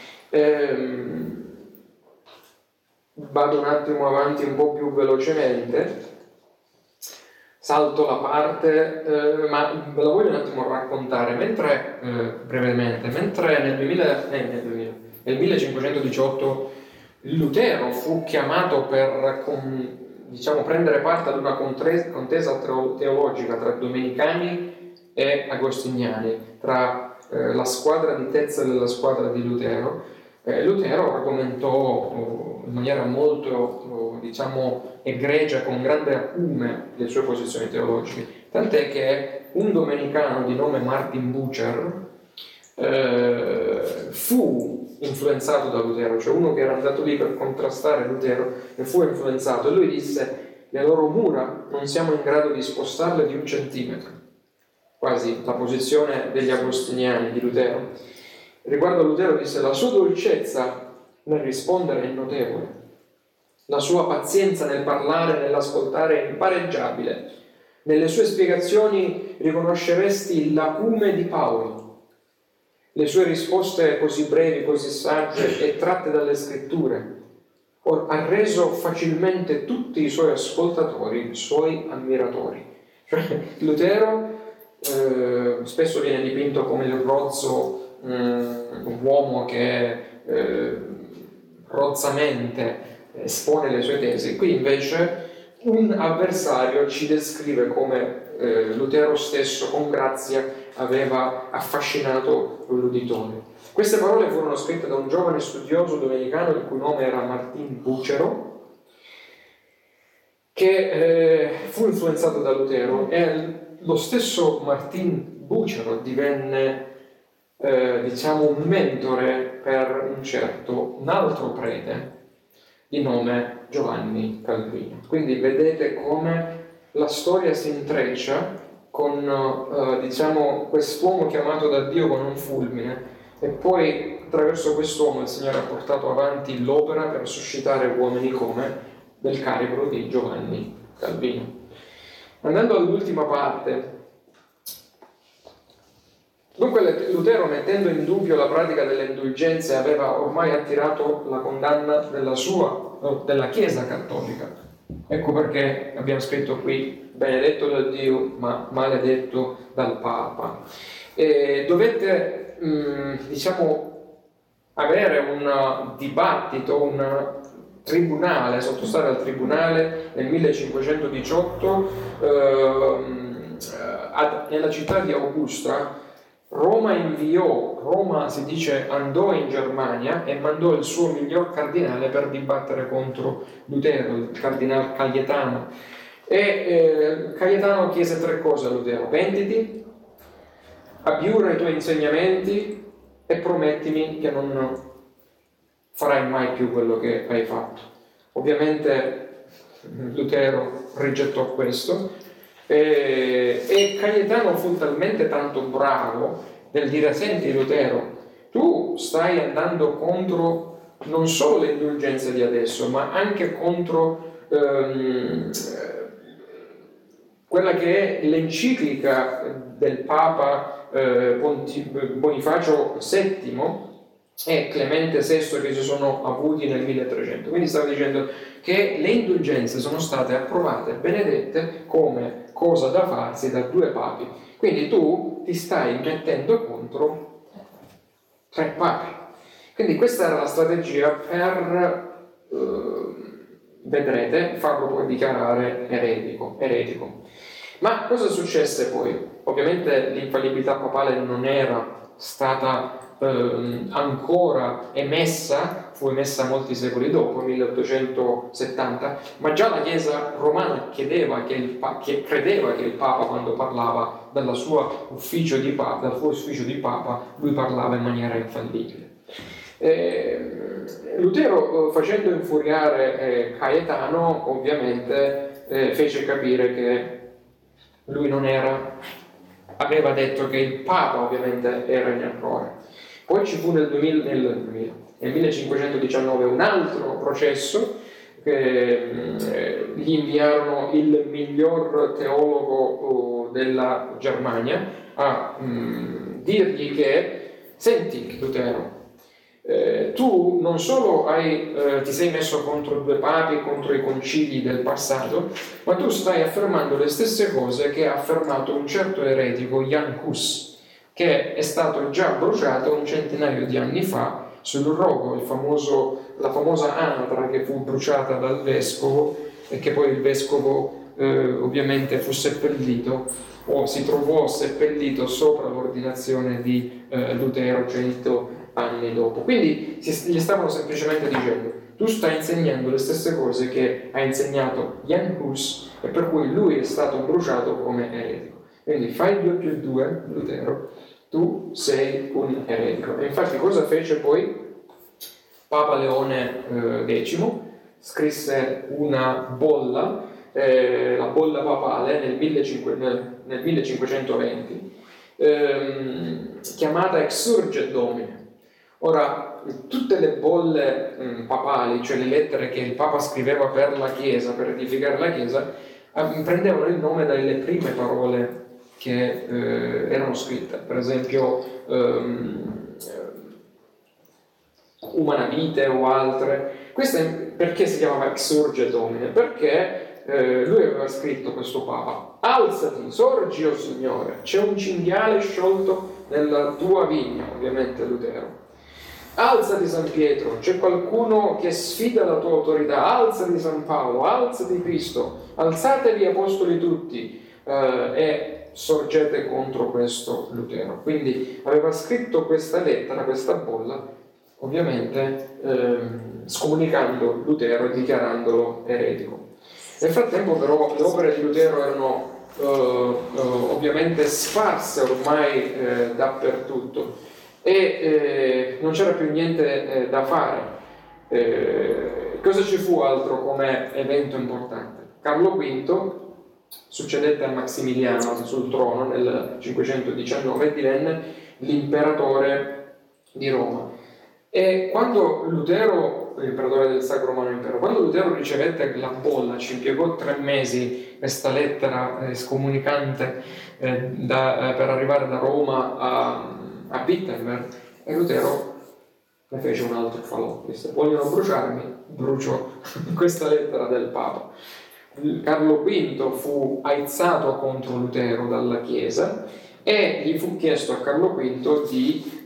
Vado un attimo avanti un po' più velocemente, salto la parte, ma ve la voglio un attimo raccontare, brevemente, mentre nel 1518 Lutero fu chiamato per prendere parte ad una contesa teologica tra domenicani e agostiniani, tra la squadra di Tetzel e la squadra di Lutero. Lutero argomentò in maniera molto egregia, con grande acume, le sue posizioni teologiche, tant'è che un domenicano di nome Martin Bucer fu influenzato da Lutero, cioè uno che era andato lì per contrastare Lutero e fu influenzato, e lui disse: le loro mura non siamo in grado di spostarle di 1 centimetro, quasi la posizione degli agostiniani di Lutero. Riguardo a Lutero disse: la sua dolcezza nel rispondere è notevole, la sua pazienza nel parlare e nell'ascoltare è impareggiabile, nelle sue spiegazioni riconosceresti l'acume di Paolo. Le sue risposte così brevi, così sagge e tratte dalle scritture ha reso facilmente tutti i suoi ascoltatori suoi ammiratori. Cioè, Lutero spesso viene dipinto come il rozzo uomo che rozzamente espone le sue tesi. Qui invece un avversario ci descrive come Lutero stesso con grazia aveva affascinato l'uditore. Queste parole furono scritte da un giovane studioso domenicano il cui nome era Martin Bucero, che fu influenzato da Lutero, e lo stesso Martin Bucero divenne un mentore per un altro prete di nome Giovanni Calvino. Quindi vedete come la storia si intreccia con quest'uomo chiamato da Dio con un fulmine, e poi attraverso quest'uomo il Signore ha portato avanti l'opera per suscitare uomini come del calibro di Giovanni Calvino. Andando all'ultima parte, dunque Lutero, mettendo in dubbio la pratica delle indulgenze, aveva ormai attirato la condanna della Chiesa cattolica. Ecco perché abbiamo scritto qui: benedetto da Dio ma maledetto dal Papa. E dovette avere un dibattito, un tribunale, sottostare al tribunale nel 1518 nella città di Augusta. Roma si dice andò in Germania e mandò il suo miglior cardinale per dibattere contro Lutero, il cardinale Cayetano. E Cayetano chiese 3 cose a Lutero: pentiti, abbiura i tuoi insegnamenti e promettimi che non farai mai più quello che hai fatto. Ovviamente Lutero rigettò questo e Cayetano fu talmente tanto bravo nel dire: senti Lutero, tu stai andando contro non solo le indulgenze di adesso, ma anche contro quella che è l'enciclica del Papa Bonifacio VII e Clemente VI che si sono avuti nel 1300. Quindi stava dicendo che le indulgenze sono state approvate, benedette, come cosa da farsi da 2 papi. Quindi tu ti stai mettendo contro 3 papi. Quindi questa era la strategia per, vedrete, farlo poi dichiarare eretico. Ma cosa successe poi? Ovviamente l'infallibilità papale non era stata ancora emessa, fu emessa molti secoli dopo, 1870, ma già la Chiesa romana credeva che il Papa, quando parlava dal suo ufficio di Papa, lui parlava in maniera infallibile. Lutero, facendo infuriare Cayetano, ovviamente fece capire che lui non aveva detto che il Papa ovviamente era in errore. Poi ci fu nel 1519 un altro processo che gli inviarono il miglior teologo della Germania a dirgli che: senti Lutero, tu non solo ti sei messo contro 2 papi, contro i concili del passato, ma tu stai affermando le stesse cose che ha affermato un certo eretico, Jan Hus, che è stato già bruciato un centinaio di anni fa sul rogo, la famosa anatra che fu bruciata dal vescovo e che poi il vescovo ovviamente fu seppellito o si trovò seppellito sopra l'ordinazione di Lutero 100 anni dopo. Quindi gli stavano semplicemente dicendo: tu stai insegnando le stesse cose che ha insegnato Jan Hus e per cui lui è stato bruciato come eretico. Quindi fai 2 più 2, Lutero, tu sei un eretico. E infatti cosa fece poi Papa Leone X? Scrisse una bolla, la bolla papale nel 1520, chiamata Exsurget Domine. Ora, tutte le bolle papali, cioè le lettere che il Papa scriveva per la Chiesa, per edificare la Chiesa, prendevano il nome dalle prime parole che erano scritte. Per esempio Umana Vitae o altre. Questa perché si chiamava Exsurge Domine? Perché lui aveva scritto, questo Papa: alzati, sorgi o Signore, c'è un cinghiale sciolto nella tua vigna, ovviamente Lutero. Alzati San Pietro, c'è qualcuno che sfida la tua autorità. Alzati San Paolo, alzati Cristo, alzatevi apostoli tutti, e sorgete contro questo Lutero. Quindi aveva scritto questa lettera, questa bolla, ovviamente scomunicando Lutero e dichiarandolo eretico. Nel frattempo però le opere di Lutero erano ovviamente sparse ormai dappertutto e non c'era più niente da fare. Cosa ci fu altro come evento importante? Carlo V succedette a Maximiliano sul trono nel 519 e divenne l'imperatore di Roma. E quando Lutero, l'imperatore del Sacro Romano Impero, quando Lutero ricevette la bolla, ci impiegò 3 mesi questa lettera scomunicante per arrivare da Roma a Wittenberg, e Lutero ne fece un altro falò. Disse: vogliono bruciarmi, brucio questa lettera del Papa. Carlo V fu aizzato contro Lutero dalla Chiesa e gli fu chiesto a Carlo V di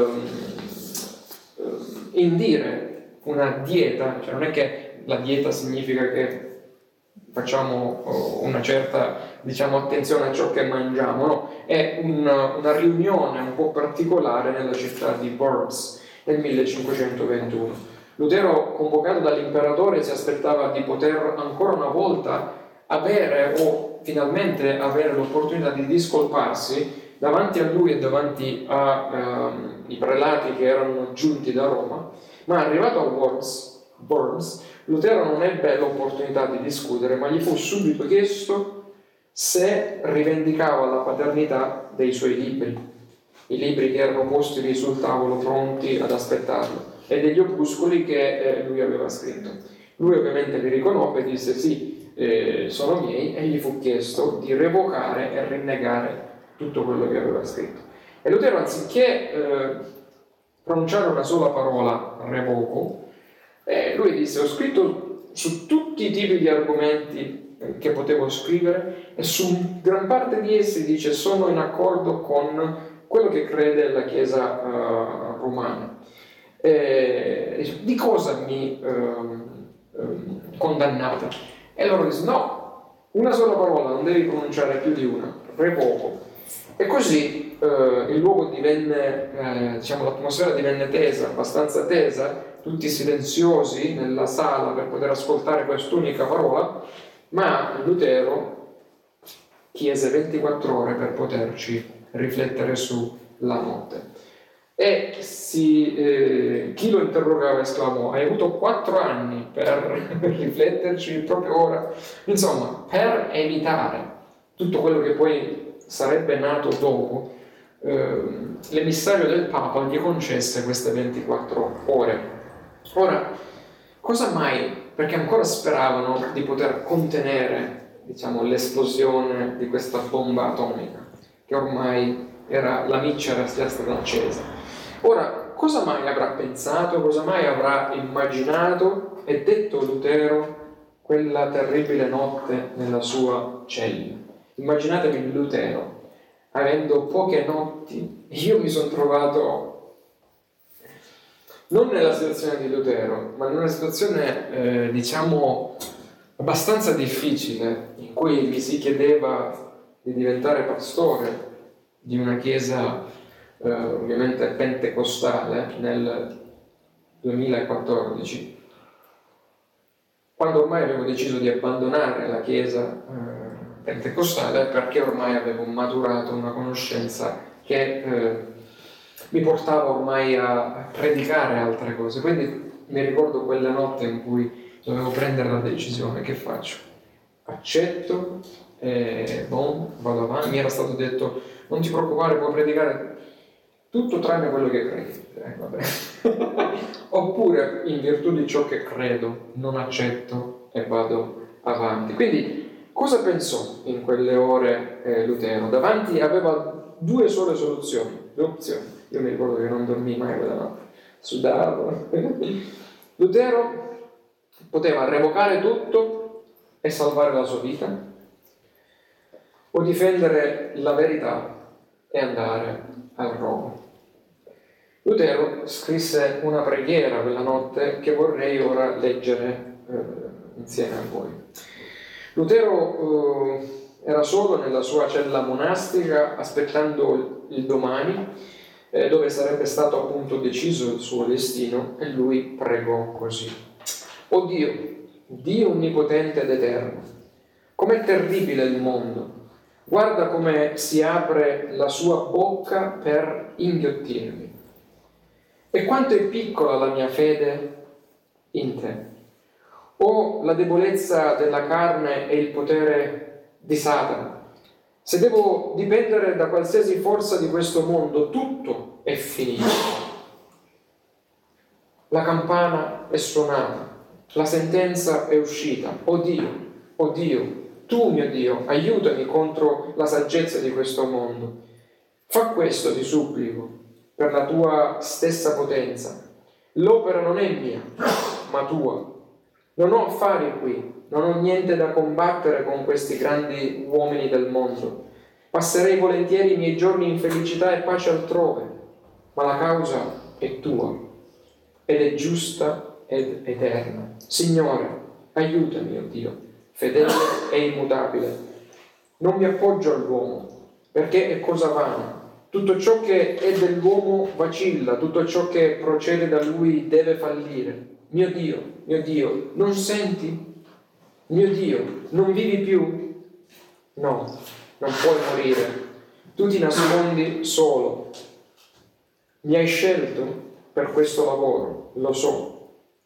indire una dieta, cioè non è che la dieta significa che facciamo una certa, attenzione a ciò che mangiamo, no? È una riunione un po' particolare nella città di Worms nel 1521. Lutero, convocato dall'imperatore, si aspettava di poter ancora una volta avere o finalmente avere l'opportunità di discolparsi davanti a lui e davanti ai prelati che erano giunti da Roma, ma arrivato a Worms, Lutero non ebbe l'opportunità di discutere, ma gli fu subito chiesto se rivendicava la paternità dei suoi libri, i libri che erano posti lì sul tavolo pronti ad aspettarlo, e degli opuscoli che lui aveva scritto. Lui ovviamente li riconobbe e disse sì, sono miei, e gli fu chiesto di revocare e rinnegare tutto quello che aveva scritto. E Lutero, anziché pronunciare una sola parola, revoco, lui disse: ho scritto su tutti i tipi di argomenti che potevo scrivere, e su gran parte di essi, dice, sono in accordo con quello che crede la Chiesa romana. Di cosa mi condannate? E loro dissero: no, una sola parola, non devi pronunciare più di una, revoco. E così il luogo divenne, l'atmosfera divenne tesa, abbastanza tesa, tutti silenziosi nella sala per poter ascoltare quest'unica parola, ma Lutero chiese 24 ore per poterci riflettere sulla notte. E chi lo interrogava esclamò: hai avuto 4 anni per rifletterci proprio ora? Insomma, per evitare tutto quello che poi sarebbe nato dopo, l'emissario del Papa gli concesse queste 24 ore. Ora, cosa mai? Perché ancora speravano di poter contenere, l'esplosione di questa bomba atomica, che ormai la miccia era già stata accesa. Ora, cosa mai avrà pensato, cosa mai avrà immaginato e detto Lutero quella terribile notte nella sua cella? Immaginatevi Lutero, avendo poche notti. Io mi sono trovato non nella situazione di Lutero, ma in una situazione, abbastanza difficile, in cui mi si chiedeva di diventare pastore di una chiesa, ovviamente pentecostale, nel 2014, quando ormai avevo deciso di abbandonare la chiesa pentecostale, perché ormai avevo maturato una conoscenza che mi portava ormai a predicare altre cose. Quindi mi ricordo quella notte in cui dovevo prendere la decisione: che faccio? Accetto, vado avanti. Mi era stato detto: non ti preoccupare, puoi predicare tutto tranne quello che credi. Vabbè. Oppure, in virtù di ciò che credo, non accetto e vado avanti. Quindi cosa pensò in quelle ore Lutero? Davanti aveva 2 sole soluzioni, 2 opzioni. Io mi ricordo che non dormii mai quella notte, sudavo. Lutero poteva revocare tutto e salvare la sua vita, o difendere la verità e andare al rogo. Lutero scrisse una preghiera quella notte che vorrei ora leggere insieme a voi. Lutero era solo nella sua cella monastica, aspettando il domani, dove sarebbe stato appunto deciso il suo destino, e lui pregò così: o Dio, Dio onnipotente ed eterno, com'è terribile il mondo, guarda come si apre la sua bocca per inghiottirmi, e quanto è piccola la mia fede in te. O la debolezza della carne e il potere di Satana. Se devo dipendere da qualsiasi forza di questo mondo, tutto è finito. La campana è suonata, la sentenza è uscita. O Dio, tu mio Dio, aiutami contro la saggezza di questo mondo. Fa questo, ti supplico, per la tua stessa potenza. L'opera non è mia, ma tua. Non ho affari qui, non ho niente da combattere con questi grandi uomini del mondo. Passerei volentieri i miei giorni in felicità e pace altrove, ma la causa è tua, ed è giusta ed eterna. Signore, aiutami, oh Dio, fedele e immutabile. Non mi appoggio all'uomo, perché è cosa vana. Tutto ciò che è dell'uomo vacilla, tutto ciò che procede da lui deve fallire. Mio Dio, non senti? Mio Dio, non vivi più? No, non puoi morire. Tu ti nascondi solo. Mi hai scelto per questo lavoro, lo so.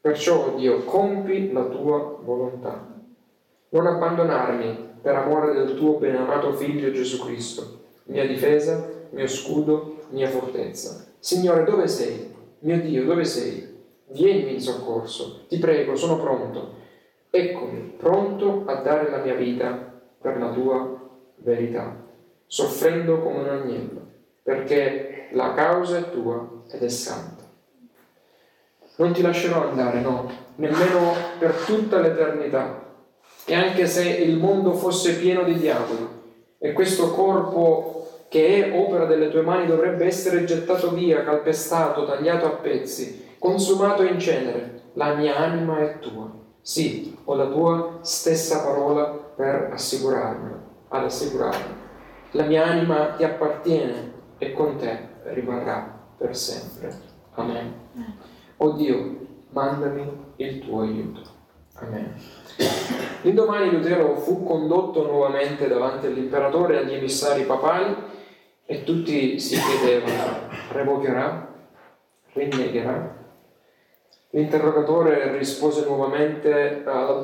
Perciò, oh Dio, compi la tua volontà. Non abbandonarmi per amore del tuo benamato Figlio Gesù Cristo, mia difesa, mio scudo, mia fortezza. Signore, dove sei? Mio Dio, dove sei? Vienimi in soccorso. Ti prego, sono pronto. Eccomi, pronto a dare la mia vita per la tua verità, soffrendo come un agnello, perché la causa è tua ed è santa. Non ti lascerò andare, no, nemmeno per tutta l'eternità. E anche se il mondo fosse pieno di diavoli e questo corpo che è opera delle tue mani dovrebbe essere gettato via, calpestato, tagliato a pezzi, consumato in cenere, la mia anima è tua. Sì, ho la tua stessa parola per ad assicurarmi. La mia anima ti appartiene e con te rimarrà per sempre. Amen. O Dio, mandami il tuo aiuto. Amen. L'indomani Lutero fu condotto nuovamente davanti all'imperatore e agli emissari papali e tutti si chiedevano: revocherà? Rinnegherà? L'interrogatore pose nuovamente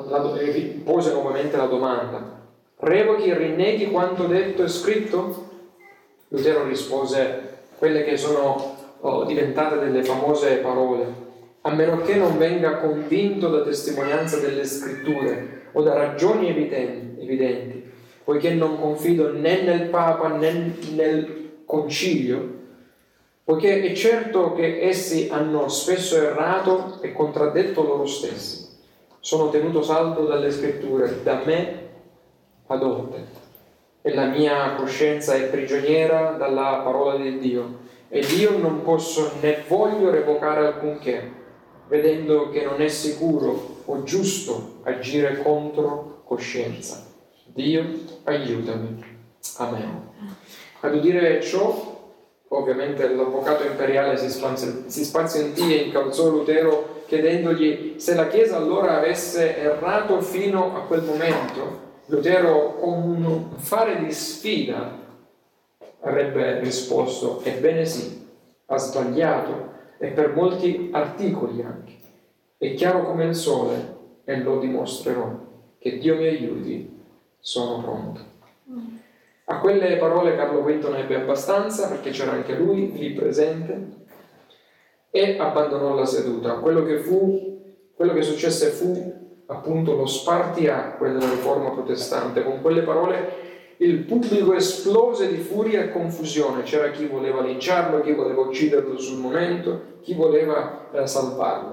la domanda: revochi e rinneghi quanto detto e scritto? Lutero rispose quelle che sono diventate delle famose parole: a meno che non venga convinto da testimonianza delle scritture o da ragioni evidenti, poiché non confido né nel Papa né nel Concilio, poiché è certo che essi hanno spesso errato e contraddetto loro stessi. Sono tenuto saldo dalle scritture, da me adotte, e la mia coscienza è prigioniera dalla parola di Dio, ed io non posso né voglio revocare alcunché, vedendo che non è sicuro o giusto agire contro coscienza. Dio, aiutami. Amen. Ad udire ciò, ovviamente l'avvocato imperiale si spazientì e incalzò Lutero chiedendogli se la Chiesa allora avesse errato fino a quel momento. Lutero, con un fare di sfida, avrebbe risposto: ebbene sì, ha sbagliato, e per molti articoli anche. È chiaro come il sole e lo dimostrerò. Che Dio mi aiuti, sono pronto. A quelle parole Carlo V ne ebbe abbastanza, perché c'era anche lui lì presente, e abbandonò la seduta. Quello che successe fu appunto lo spartiacque della riforma protestante. Con quelle parole il pubblico esplose di furia e confusione. C'era chi voleva linciarlo, chi voleva ucciderlo sul momento, chi voleva salvarlo.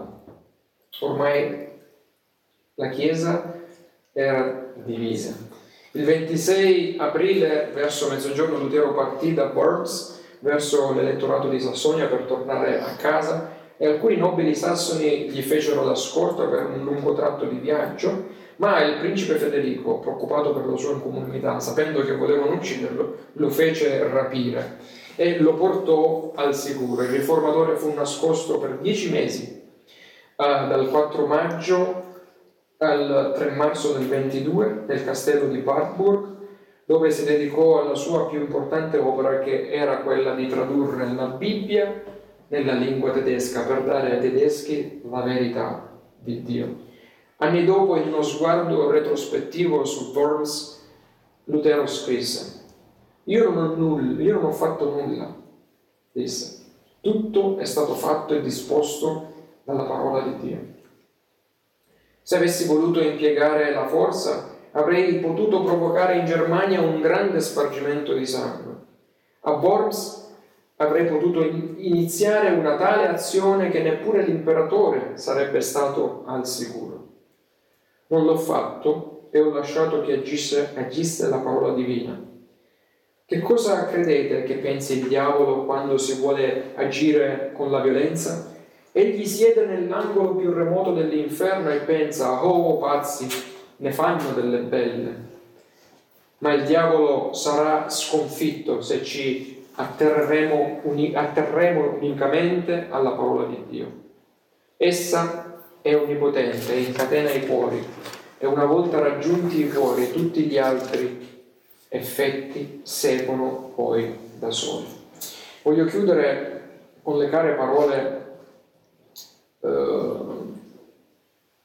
Ormai la Chiesa era divisa. Il 26 aprile, verso mezzogiorno, Lutero partì da Worms verso l'elettorato di Sassonia per tornare a casa, e alcuni nobili sassoni gli fecero la scorta per un lungo tratto di viaggio, ma il principe Federico, preoccupato per la sua incolumità, sapendo che volevano ucciderlo, lo fece rapire e lo portò al sicuro. Il riformatore fu nascosto per 10 mesi, dal 4 maggio al 3 marzo del 22, nel castello di Wartburg, dove si dedicò alla sua più importante opera, che era quella di tradurre la Bibbia nella lingua tedesca per dare ai tedeschi la verità di Dio. Anni dopo, in uno sguardo retrospettivo su Worms, Lutero scrisse: io non ho fatto nulla, disse. Tutto è stato fatto e disposto dalla parola di Dio. Se avessi voluto impiegare la forza, avrei potuto provocare in Germania un grande spargimento di sangue. A Worms avrei potuto iniziare una tale azione che neppure l'imperatore sarebbe stato al sicuro. Non l'ho fatto e ho lasciato che agisse la parola divina. Che cosa credete che pensi il diavolo quando si vuole agire con la violenza? Egli siede nell'angolo più remoto dell'inferno e pensa: oh pazzi, ne fanno delle belle. Ma il diavolo sarà sconfitto se ci atterremo unicamente alla parola di Dio. Essa è onnipotente e incatena i cuori, e una volta raggiunti i cuori tutti gli altri effetti seguono poi da soli. Voglio chiudere con le care parole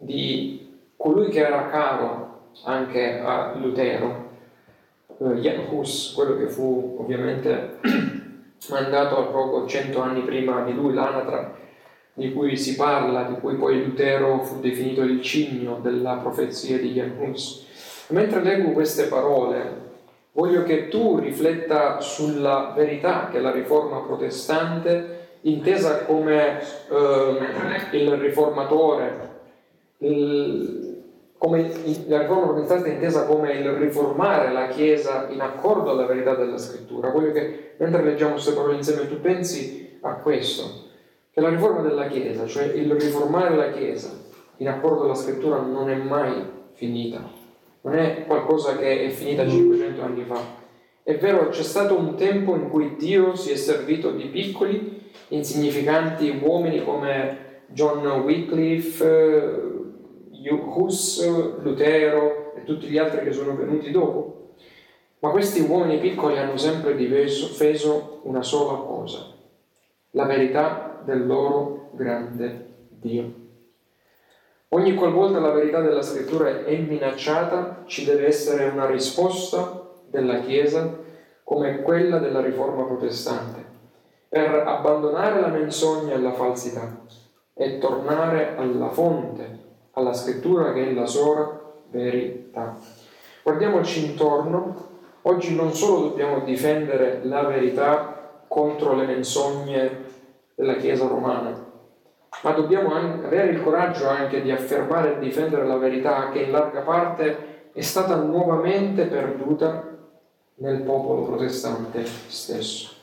di colui che era caro anche a Lutero, Jan Hus, quello che fu ovviamente mandato a poco 100 anni prima di lui, l'anatra di cui si parla, di cui poi Lutero fu definito il cigno della profezia di Jan Hus. Mentre leggo queste parole, voglio che tu rifletta sulla verità che la riforma protestante, intesa come il riformatore, la riforma protestante è intesa come il riformare la Chiesa in accordo alla verità della Scrittura. Voglio che mentre leggiamo queste parole insieme tu pensi a questo, che la riforma della Chiesa, cioè il riformare la Chiesa in accordo alla Scrittura, non è mai finita, non è qualcosa che è finita 500 anni fa. È vero, c'è stato un tempo in cui Dio si è servito di piccoli, insignificanti uomini come John Wycliffe, Hus, Lutero e tutti gli altri che sono venuti dopo, ma questi uomini piccoli hanno sempre difeso una sola cosa: la verità del loro grande Dio. Ogni qualvolta la verità della Scrittura è minacciata, ci deve essere una risposta della Chiesa come quella della Riforma protestante, per abbandonare la menzogna e la falsità e tornare alla fonte, alla Scrittura che è la sola verità. Guardiamoci intorno. Oggi non solo dobbiamo difendere la verità contro le menzogne della Chiesa romana, ma dobbiamo anche avere il coraggio anche di affermare e difendere la verità che in larga parte è stata nuovamente perduta nel popolo protestante stesso.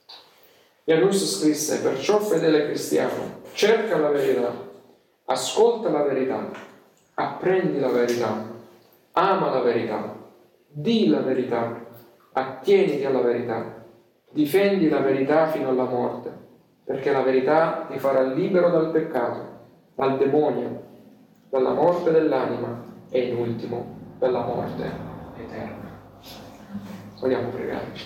Jan Hus scrisse: perciò, fedele cristiano, cerca la verità, ascolta la verità, apprendi la verità, ama la verità, di la verità, attieniti alla verità, difendi la verità fino alla morte, perché la verità ti farà libero dal peccato, dal demonio, dalla morte dell'anima e in ultimo dalla morte eterna. Vogliamo pregare.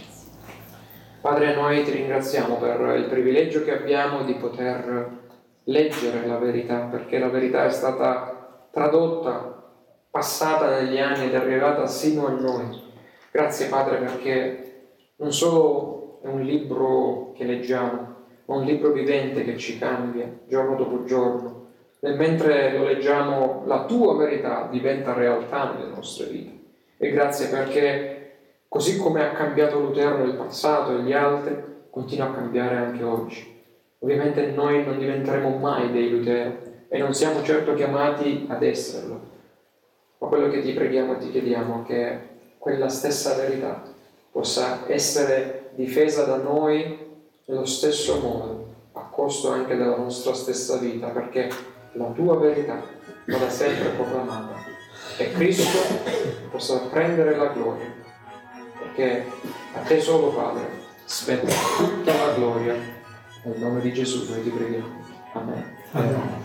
Padre, noi ti ringraziamo per il privilegio che abbiamo di poter leggere la verità, perché la verità è stata tradotta, passata negli anni ed è arrivata sino a noi. Grazie Padre, perché non solo è un libro che leggiamo, ma un libro vivente che ci cambia giorno dopo giorno. E mentre lo leggiamo, la tua verità diventa realtà nelle nostre vite. E grazie perché così come ha cambiato Lutero nel passato e gli altri, continua a cambiare anche oggi. Ovviamente noi non diventeremo mai dei Lutero e non siamo certo chiamati ad esserlo, ma quello che ti preghiamo e ti chiediamo è che quella stessa verità possa essere difesa da noi nello stesso modo, a costo anche della nostra stessa vita, perché la tua verità vada sempre proclamata e Cristo possa prendere la gloria, perché a te solo, Padre, spetta tutta la gloria. Nel nome di Gesù noi ti preghiamo. Amen.